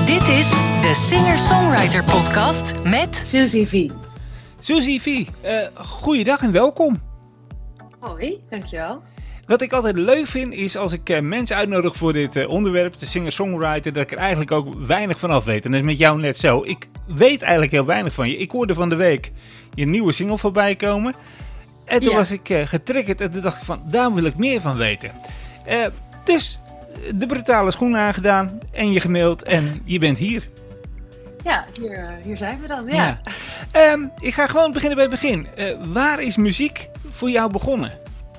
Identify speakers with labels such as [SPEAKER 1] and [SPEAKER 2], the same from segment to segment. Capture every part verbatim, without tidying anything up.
[SPEAKER 1] Dit is de Singer-Songwriter Podcast met
[SPEAKER 2] Suzy V.
[SPEAKER 3] Suzy V, uh, goeiedag en welkom.
[SPEAKER 2] Hoi, dankjewel.
[SPEAKER 3] Wat ik altijd leuk vind is als ik uh, mensen uitnodig voor dit uh, onderwerp, de singer-songwriter, dat ik er eigenlijk ook weinig van af weet. En dat is met jou net zo. Ik weet eigenlijk heel weinig van je. Ik hoorde van de week je nieuwe single voorbij komen. En toen ja. was ik uh, getriggerd en toen dacht ik van, daar wil ik meer van weten. Uh, dus de brutale schoenen aangedaan en je gemaild en je bent hier.
[SPEAKER 2] Ja, hier, uh, hier zijn we dan, ja.
[SPEAKER 3] ja. Um, ik ga gewoon beginnen bij het begin. Uh, waar is muziek voor jou begonnen?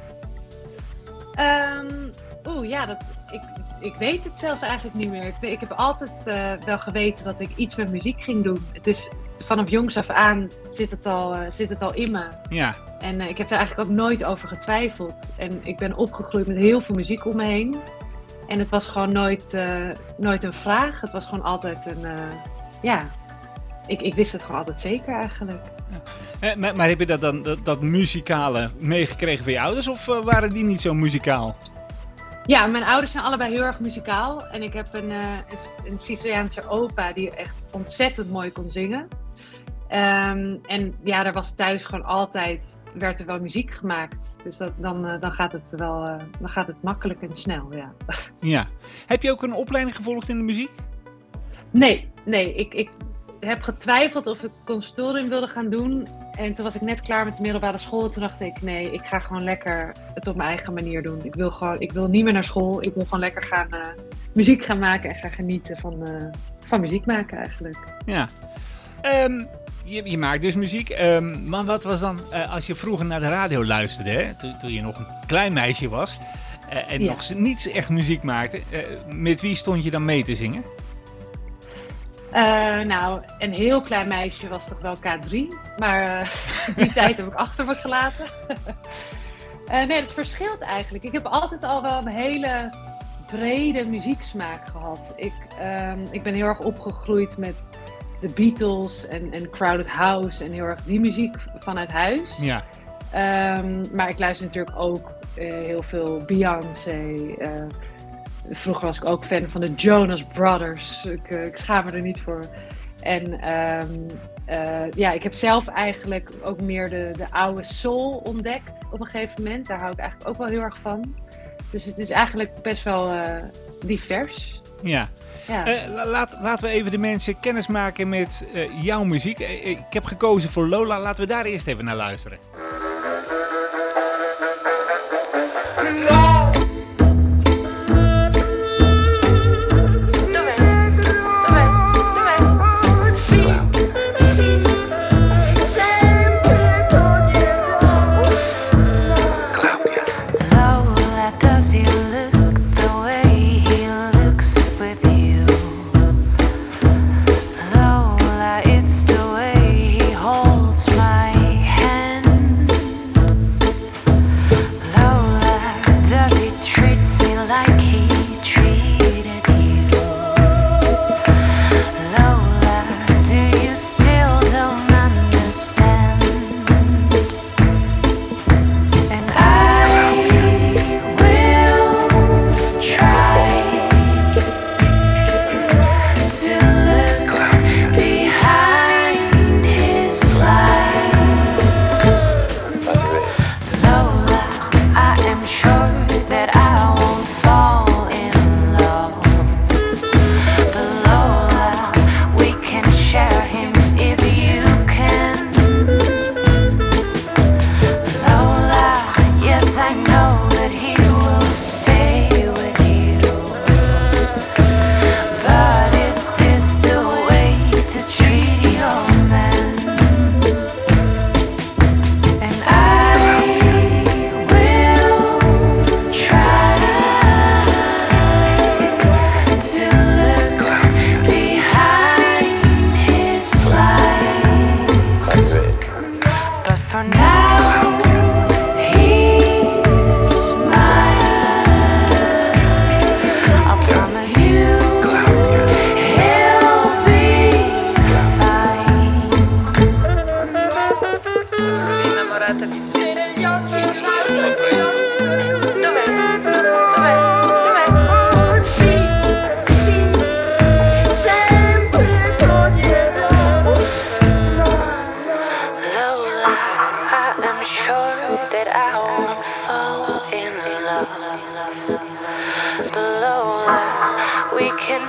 [SPEAKER 2] Um, Oeh, ja, dat, ik, ik weet het zelfs eigenlijk niet meer. Ik, ik heb altijd uh, wel geweten dat ik iets met muziek ging doen. Het is, vanaf jongs af aan zit het al, uh, zit het al in me.
[SPEAKER 3] Ja.
[SPEAKER 2] En uh, ik heb daar eigenlijk ook nooit over getwijfeld. En ik ben opgegroeid met heel veel muziek om me heen. En het was gewoon nooit, uh, nooit een vraag. Het was gewoon altijd een... Uh, ja, ik, ik wist het gewoon altijd zeker eigenlijk.
[SPEAKER 3] Ja. Eh, maar, maar heb je dat dan, dat, dat muzikale meegekregen van je ouders of uh, waren die niet zo muzikaal?
[SPEAKER 2] Ja, mijn ouders zijn allebei heel erg muzikaal. En ik heb een, uh, een, een Siciliaanse opa die echt ontzettend mooi kon zingen. Um, en ja, er was thuis gewoon altijd, werd er wel muziek gemaakt. Dus dat, dan, uh, dan, gaat het wel, uh, dan gaat het makkelijk en snel, ja.
[SPEAKER 3] Ja. Heb je ook een opleiding gevolgd in de muziek?
[SPEAKER 2] Nee, nee. Ik, ik heb getwijfeld of ik conservatorium wilde gaan doen. En toen was ik net klaar met de middelbare school. Toen dacht ik, nee, ik ga gewoon lekker het op mijn eigen manier doen. Ik wil, gewoon, ik wil niet meer naar school. Ik wil gewoon lekker gaan uh, muziek gaan maken en gaan genieten van, uh, van muziek maken eigenlijk.
[SPEAKER 3] Ja. Um, je, je maakt dus muziek. Um, maar wat was dan, uh, als je vroeger naar de radio luisterde, hè, toen, toen je nog een klein meisje was uh, en ja. nog niet echt muziek maakte, uh, met wie stond je dan mee te zingen?
[SPEAKER 2] Uh, nou, een heel klein meisje was toch wel K drie, maar uh, die tijd heb ik achter me gelaten. uh, nee, het verschilt eigenlijk. Ik heb altijd al wel een hele brede muzieksmaak gehad. Ik, um, ik ben heel erg opgegroeid met de Beatles en, en Crowded House en heel erg die muziek vanuit huis.
[SPEAKER 3] Ja.
[SPEAKER 2] Um, maar ik luister natuurlijk ook uh, heel veel Beyoncé. Uh, Vroeger was ik ook fan van de Jonas Brothers. Ik, uh, ik schaam me er niet voor. En um, uh, ja, ik heb zelf eigenlijk ook meer de, de oude soul ontdekt op een gegeven moment. Daar hou ik eigenlijk ook wel heel erg van. Dus het is eigenlijk best wel uh, divers.
[SPEAKER 3] Ja. ja. Uh, laat, laten we even de mensen kennis maken met uh, jouw muziek. Uh, ik heb gekozen voor Lola. Laten we daar eerst even naar luisteren.
[SPEAKER 4] Lola, it's the way he holds my hand.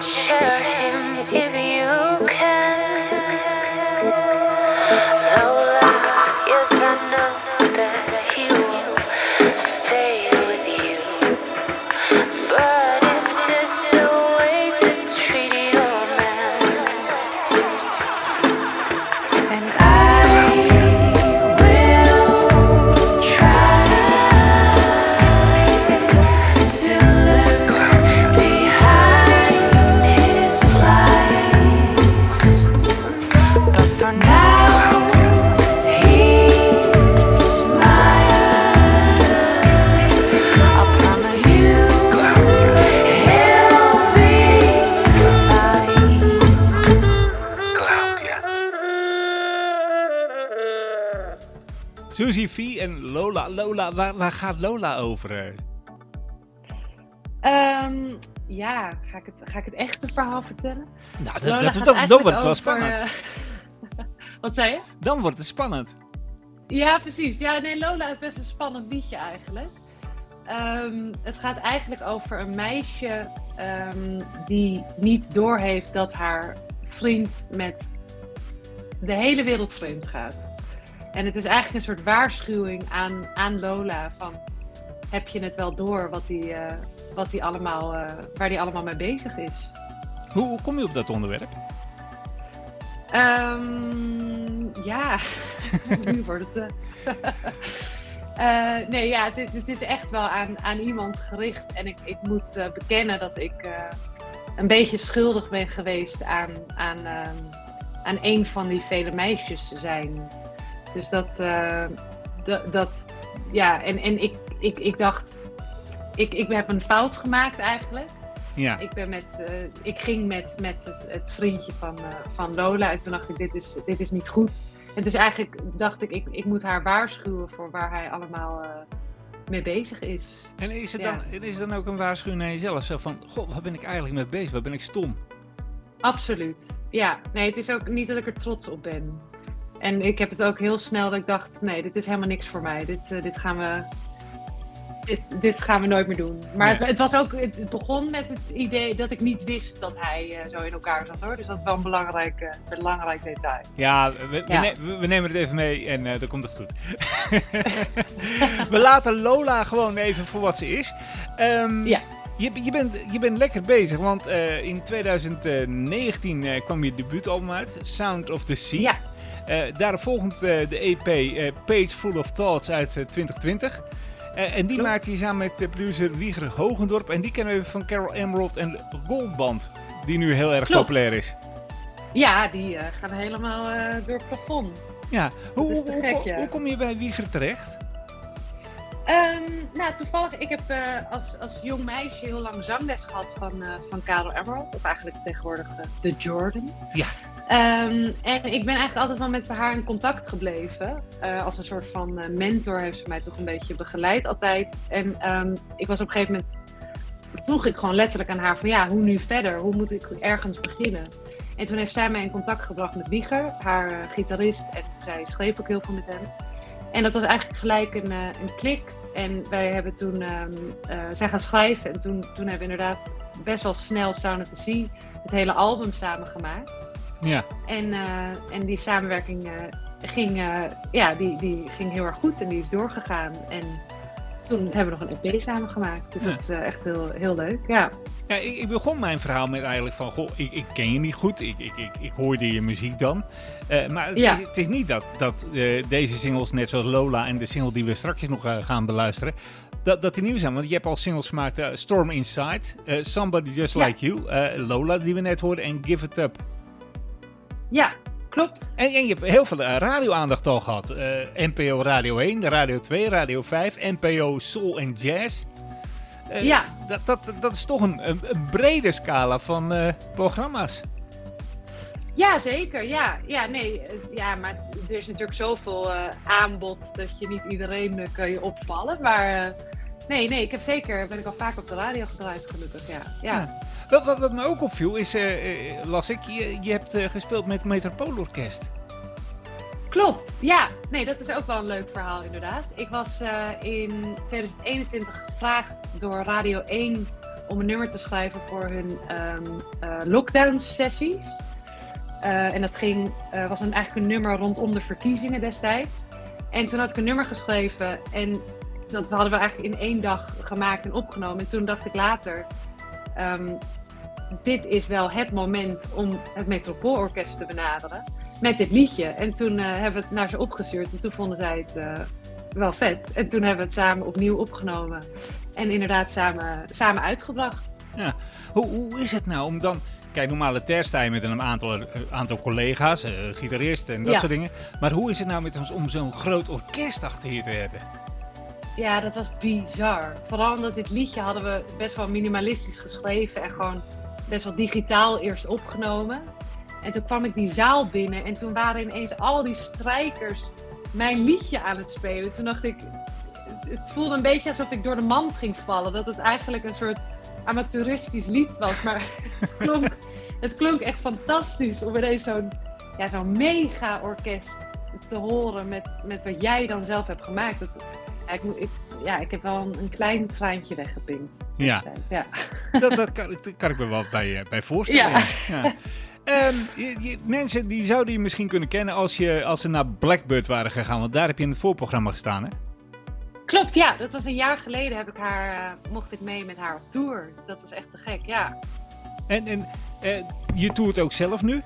[SPEAKER 4] share him if you can. Lola, yes I know that he will stay with you. But is this the way to treat your man? And I will try to look behind his lies. But for now, he's mine. I promise you, he'll be fine.
[SPEAKER 5] Claudia.
[SPEAKER 3] Suzy V en Lola. Lola, waar, waar gaat Lola over? eh?
[SPEAKER 2] Ehm, ja, ga ik, het, ga ik het echte verhaal vertellen?
[SPEAKER 3] Nou, dat,
[SPEAKER 2] Lola
[SPEAKER 3] dat,
[SPEAKER 2] gaat
[SPEAKER 3] dat- dan
[SPEAKER 2] eigenlijk
[SPEAKER 3] wordt het wel
[SPEAKER 2] over,
[SPEAKER 3] spannend.
[SPEAKER 2] eh, Wat zei je?
[SPEAKER 3] Dan wordt het spannend.
[SPEAKER 2] Ja, precies. Ja, nee, Lola is best een spannend liedje eigenlijk. Ehm, het gaat eigenlijk over een meisje ehm, die niet doorheeft dat haar vriend met de hele wereld vreemd gaat. En het is eigenlijk een soort waarschuwing aan, aan Lola van, heb je het wel door wat die, eh, wat die allemaal, eh, waar die allemaal mee bezig is?
[SPEAKER 3] Hoe, hoe kom je op dat onderwerp?
[SPEAKER 2] Ehm, ja, nu wordt het. eh. Eh, nee, ja, het, is- het is echt wel aan, aan iemand gericht. En ik, ik moet eh, bekennen dat ik eh, een beetje schuldig ben geweest aan, aan, ehm, aan een van die vele meisjes zijn. Dus dat, eh, dat, dat ja, en, en ik, ik, ik dacht, ik, ik heb een fout gemaakt eigenlijk.
[SPEAKER 3] Ja.
[SPEAKER 2] Ik, ben met, eh, ik ging met, met het, het vriendje van, eh, van Lola en toen dacht ik, dit is, dit is niet goed. En dus eigenlijk dacht ik, ik, ik moet haar waarschuwen voor waar hij allemaal eh, mee bezig is.
[SPEAKER 3] En is het,
[SPEAKER 2] Ja.
[SPEAKER 3] dan, is het dan ook een waarschuwing naar jezelf? Zo van, goh, waar ben ik eigenlijk mee bezig? Waar ben ik stom?
[SPEAKER 2] Absoluut, ja. Nee, het is ook niet dat ik er trots op ben. En ik heb het ook heel snel dat ik dacht, nee, dit is helemaal niks voor mij. Dit, eh, dit gaan we... Dit, dit gaan we nooit meer doen. Maar
[SPEAKER 3] Nee.
[SPEAKER 2] het, het was ook, het, het begon met het idee dat ik niet wist dat hij eh, zo in elkaar zat, hoor. Dus dat is wel een belangrijk, eh, belangrijk detail.
[SPEAKER 3] Ja, we, we,
[SPEAKER 2] Ja.
[SPEAKER 3] ne- we- we nemen het even mee en eh, dan komt het goed. We laten Lola gewoon even voor wat ze is. Ehm,
[SPEAKER 2] Ja.
[SPEAKER 3] je, je, bent, je bent lekker bezig, want eh, in twintig negentien eh, kwam je debuutalbum uit, Sound of the Sea.
[SPEAKER 2] Ja,
[SPEAKER 3] Eh, daarop volgend eh, de E P eh, Page Full of Thoughts uit eh, twintig twintig. Eh, en die
[SPEAKER 2] Klopt.
[SPEAKER 3] maakte hij samen met de producer Wieger Hogendorp. En die kennen we van Carol Emerald en Goldband, die nu heel erg
[SPEAKER 2] Klopt.
[SPEAKER 3] populair is.
[SPEAKER 2] ja die eh, gaan helemaal eh, door het plafond.
[SPEAKER 3] Ja, hoe,
[SPEAKER 2] is te
[SPEAKER 3] hoe,
[SPEAKER 2] gek,
[SPEAKER 3] hoe,
[SPEAKER 2] ja.
[SPEAKER 3] hoe kom je bij Wieger terecht?
[SPEAKER 2] Ehm, nou, toevallig, ik heb eh, als, als jong meisje heel lang zangles gehad van, eh van Carol Emerald. Of eigenlijk tegenwoordig eh, de Jordan.
[SPEAKER 3] Ja.
[SPEAKER 2] Ehm, en ik ben eigenlijk altijd wel met haar in contact gebleven. Eh, als een soort van eh, mentor heeft ze mij toch een beetje begeleid altijd. En ehm, ik was op een gegeven moment, vroeg ik gewoon letterlijk aan haar van ja, hoe nu verder? Hoe moet ik ergens beginnen? En toen heeft zij mij in contact gebracht met Wieger, haar eh, gitarist. En zij schreef ook heel veel met hem. En dat was eigenlijk gelijk een, eh, een klik. En wij hebben toen, ehm eh, zij gaan schrijven. En toen, toen hebben we inderdaad best wel snel Sound of the Sea, het hele album samengemaakt.
[SPEAKER 3] Ja.
[SPEAKER 2] En, eh, en die samenwerking eh, ging, eh, ja, die, die ging heel erg goed en die is doorgegaan. En toen hebben we nog een E P samengemaakt. Dus
[SPEAKER 3] Ja.
[SPEAKER 2] dat is eh, echt heel, heel leuk. Ja.
[SPEAKER 3] Ja, ik, ik begon mijn verhaal met eigenlijk van, goh, ik, ik ken je niet goed, ik, ik, ik, ik hoorde je muziek dan. Eh, maar het,
[SPEAKER 2] Ja.
[SPEAKER 3] is, het is niet dat, dat eh, deze singles, net zoals Lola en de single die we straks nog eh, gaan beluisteren, dat, dat die nieuw zijn. Want je hebt al singles gemaakt, eh, Storm Inside, eh, Somebody Just
[SPEAKER 2] Ja.
[SPEAKER 3] Like You, eh, Lola die we net hoorden en Give It Up.
[SPEAKER 2] Ja, klopt.
[SPEAKER 3] En, en je hebt heel veel eh, radio-aandacht al gehad. Eh, N P O Radio één, Radio twee, Radio vijf, N P O Soul en Jazz. Eh,
[SPEAKER 2] Ja.
[SPEAKER 3] Dat, dat, dat is toch een, een, een brede scala van eh, programma's.
[SPEAKER 2] Ja, zeker. Ja, ja, nee, eh, ja, maar er is natuurlijk zoveel eh, aanbod dat je niet iedereen eh, kan je opvallen. Maar eh, nee, nee, ik heb zeker, ben ik al vaak op de radio gedraaid gelukkig, ja. ja.
[SPEAKER 3] Ja. Wat, wat, wat me ook opviel is, eh, eh, las ik, je, je hebt eh, gespeeld met Metropoolorkest.
[SPEAKER 2] Klopt, ja. Nee, dat is ook wel een leuk verhaal inderdaad. Ik was eh, in tweeduizend eenentwintig gevraagd door Radio één om een nummer te schrijven voor hun um, uh, lockdown sessies. Uh, en dat ging, uh, was een, eigenlijk een nummer rondom de verkiezingen destijds. En toen had ik een nummer geschreven en dat hadden we eigenlijk in één dag gemaakt en opgenomen. En toen dacht ik later, um, dit is wel het moment om het Metropoolorkest te benaderen met dit liedje. En toen uh, hebben we het naar ze opgestuurd en toen vonden zij het uh, wel vet. En toen hebben we het samen opnieuw opgenomen en inderdaad samen, samen uitgebracht.
[SPEAKER 3] Ja. Hoe, hoe is het nou om dan... Kijk, normale ter sta je met een aantal, uh, aantal collega's, uh, gitaristen en dat
[SPEAKER 2] Ja.
[SPEAKER 3] soort dingen. Maar hoe is het nou met ons om zo'n groot orkest achter je te hebben?
[SPEAKER 2] Ja, dat was bizar. Vooral omdat dit liedje hadden we best wel minimalistisch geschreven en gewoon best wel digitaal eerst opgenomen. En toen kwam ik die zaal binnen en toen waren ineens al die strijkers mijn liedje aan het spelen. Toen dacht ik, het voelde een beetje alsof ik door de mand ging vallen. Dat het eigenlijk een soort amateuristisch lied was, maar het klonk, het klonk echt fantastisch om ineens zo'n, ja, zo'n mega orkest te horen met, met wat jij dan zelf hebt gemaakt. Dat, ja, ik, moet- ik, ja, ik heb wel een, een klein traantje weggepinkt.
[SPEAKER 3] Ja.
[SPEAKER 2] Ja.
[SPEAKER 3] Dat, dat, kan, dat kan ik me wel bij, uh, bij voorstellen.
[SPEAKER 2] Ja.
[SPEAKER 3] Ja. Ja. Um, je, je, mensen die zouden je misschien kunnen kennen als, je, als ze naar Blackbird waren gegaan, want daar heb je in het voorprogramma gestaan, hè?
[SPEAKER 2] Klopt, ja. Dat was een jaar geleden heb ik haar, uh, mocht ik mee met haar op tour. Dat was echt te gek, ja.
[SPEAKER 3] En, en uh, je toert ook zelf nu?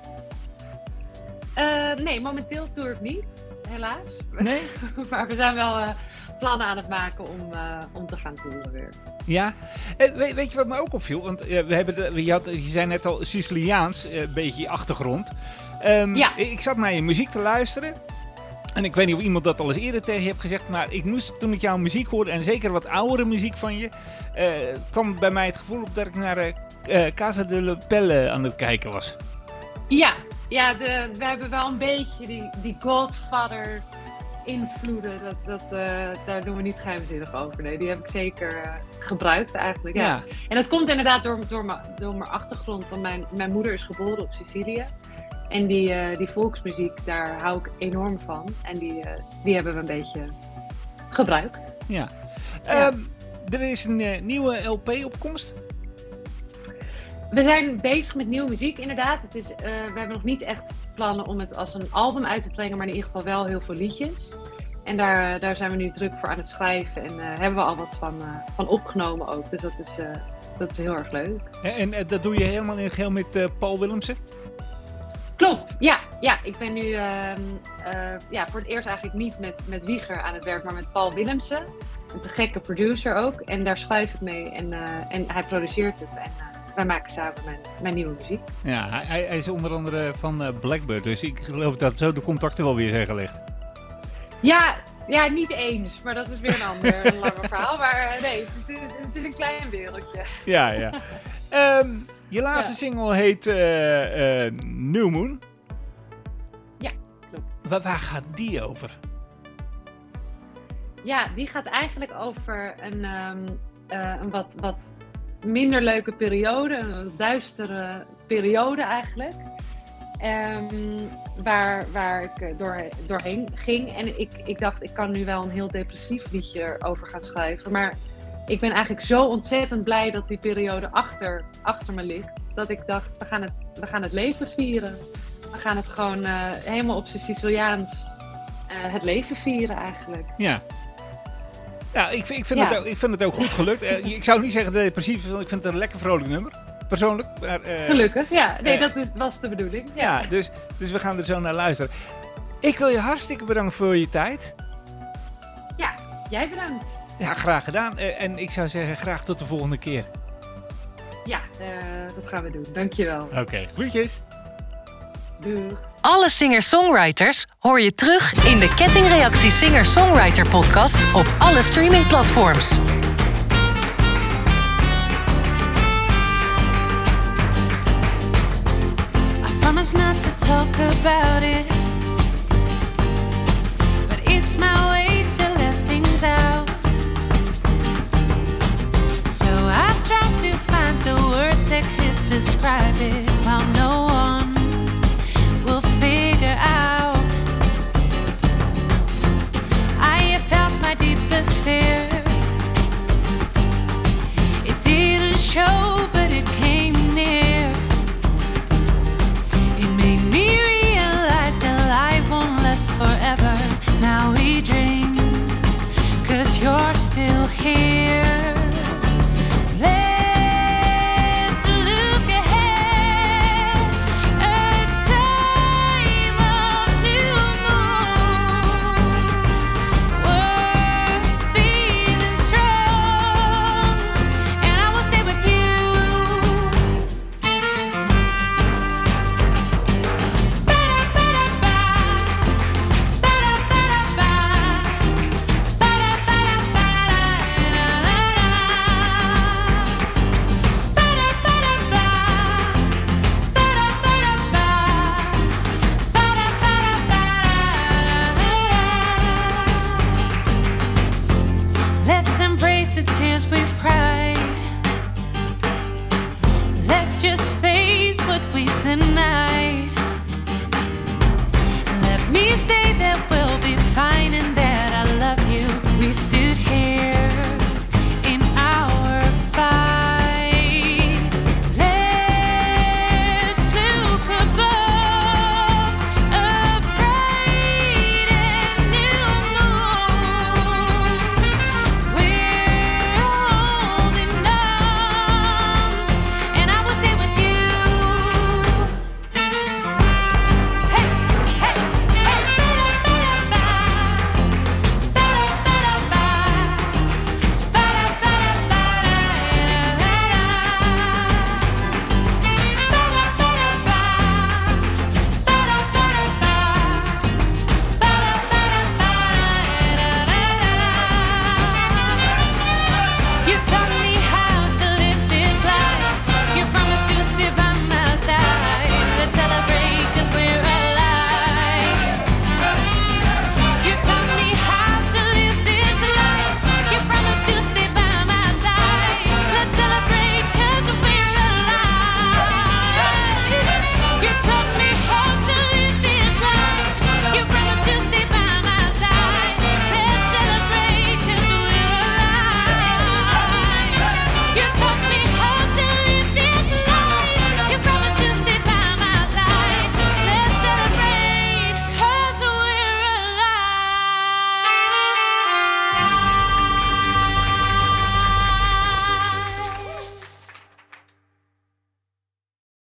[SPEAKER 2] Uh, nee, momenteel tour ik niet, helaas.
[SPEAKER 3] Nee?
[SPEAKER 2] Maar we zijn wel uh, plannen aan het maken om, uh, om te gaan toeren weer.
[SPEAKER 3] Ja. En weet, weet je wat me ook opviel? Want uh, we hebben de, je, had, je zei net al Siciliaans, uh, een beetje achtergrond. Um,
[SPEAKER 2] Ja.
[SPEAKER 3] Ik zat naar je muziek te luisteren. En ik weet niet of iemand dat al eens eerder tegen je heeft gezegd, maar ik moest, toen ik jouw muziek hoorde, en zeker wat oudere muziek van je, uh, kwam bij mij het gevoel op dat ik naar uh, uh, Casa de la Pelle aan het kijken was.
[SPEAKER 2] Ja, ja de, we hebben wel een beetje die, die Godfather invloeden. Dat, dat, uh, daar doen we niet geheimzinnig over. Nee, die heb ik zeker uh, gebruikt eigenlijk. Ja.
[SPEAKER 3] Ja.
[SPEAKER 2] En dat komt inderdaad door, door, mijn, door mijn achtergrond. Want mijn, mijn moeder is geboren op Sicilië. En die, uh, die volksmuziek, daar hou ik enorm van. En die, uh, die hebben we een beetje gebruikt.
[SPEAKER 3] Ja.
[SPEAKER 2] Ja.
[SPEAKER 3] Um, er is een uh, nieuwe L P-opkomst.
[SPEAKER 2] We zijn bezig met nieuwe muziek, inderdaad. Het is, uh, we hebben nog niet echt plannen om het als een album uit te brengen, maar in ieder geval wel heel veel liedjes. En daar, daar zijn we nu druk voor aan het schrijven en uh, hebben we al wat van, uh, van opgenomen ook. Dus dat is, uh, dat is heel erg leuk.
[SPEAKER 3] En uh, dat doe je helemaal in het geheel met uh, Paul Willemsen?
[SPEAKER 2] Klopt, ja. ja ik ben nu uh, uh, ja, voor het eerst eigenlijk niet met, met Wieger aan het werk, maar met Paul Willemsen. Een te gekke producer ook. En daar schrijf ik mee en, uh, en hij produceert het. En, uh, wij maken samen mijn, mijn nieuwe muziek.
[SPEAKER 3] Ja, hij, hij is onder andere van uh, Blackbird, dus ik geloof dat zo de contacten wel weer zijn gelegd.
[SPEAKER 2] Ja, ja, niet eens, maar dat is weer een ander een langer verhaal. Maar uh, nee, het is, het is een klein wereldje.
[SPEAKER 3] Ja, ja. um, je laatste
[SPEAKER 2] Ja.
[SPEAKER 3] single heet uh, uh, New Moon.
[SPEAKER 2] Ja, klopt.
[SPEAKER 3] Waar, waar gaat die over?
[SPEAKER 2] Ja, die gaat eigenlijk over een, um, uh, een wat, wat minder leuke periode, een wat duistere periode eigenlijk. Um, waar, waar ik door, doorheen ging. En ik, ik dacht, ik kan nu wel een heel depressief liedje over gaan schrijven. Maar ik ben eigenlijk zo ontzettend blij dat die periode achter, achter me ligt. Dat ik dacht, we gaan het, we gaan het leven vieren. We gaan het gewoon uh, helemaal op zijn Siciliaans uh, het leven vieren eigenlijk.
[SPEAKER 3] Ja. Ja, ik, ik, vind
[SPEAKER 2] Ja.
[SPEAKER 3] Het ook, ik vind het ook goed gelukt. Uh, ik zou niet zeggen depressief, want ik vind het een lekker vrolijk nummer. Persoonlijk. Maar, uh,
[SPEAKER 2] Gelukkig, ja. Nee,
[SPEAKER 3] uh,
[SPEAKER 2] dat is, was de bedoeling.
[SPEAKER 3] Ja, dus, dus we gaan er zo naar luisteren. Ik wil je hartstikke bedanken voor je tijd.
[SPEAKER 2] Ja, jij bedankt.
[SPEAKER 3] Ja, graag gedaan. Uh, en ik zou zeggen, graag tot de volgende keer.
[SPEAKER 2] Ja, uh, dat gaan we doen. Dankjewel.
[SPEAKER 3] Oké, okay, groetjes.
[SPEAKER 2] Doeg.
[SPEAKER 1] Alle singer-songwriters hoor je terug in de Kettingreactie Singer-Songwriter podcast op alle streamingplatforms.
[SPEAKER 6] I promise not to talk about it, but it's my way to let things out. So I've tried to find the words that could describe it, while no one will figure out. I have felt my deepest fear. It didn't show here. Let's look ahead. A time of new moon. We're feeling strong, and I will stay with you. Let's embrace the tears we've cried. Let's just face what we've denied. Let me say that we'll be fine and that I love you. We stood here.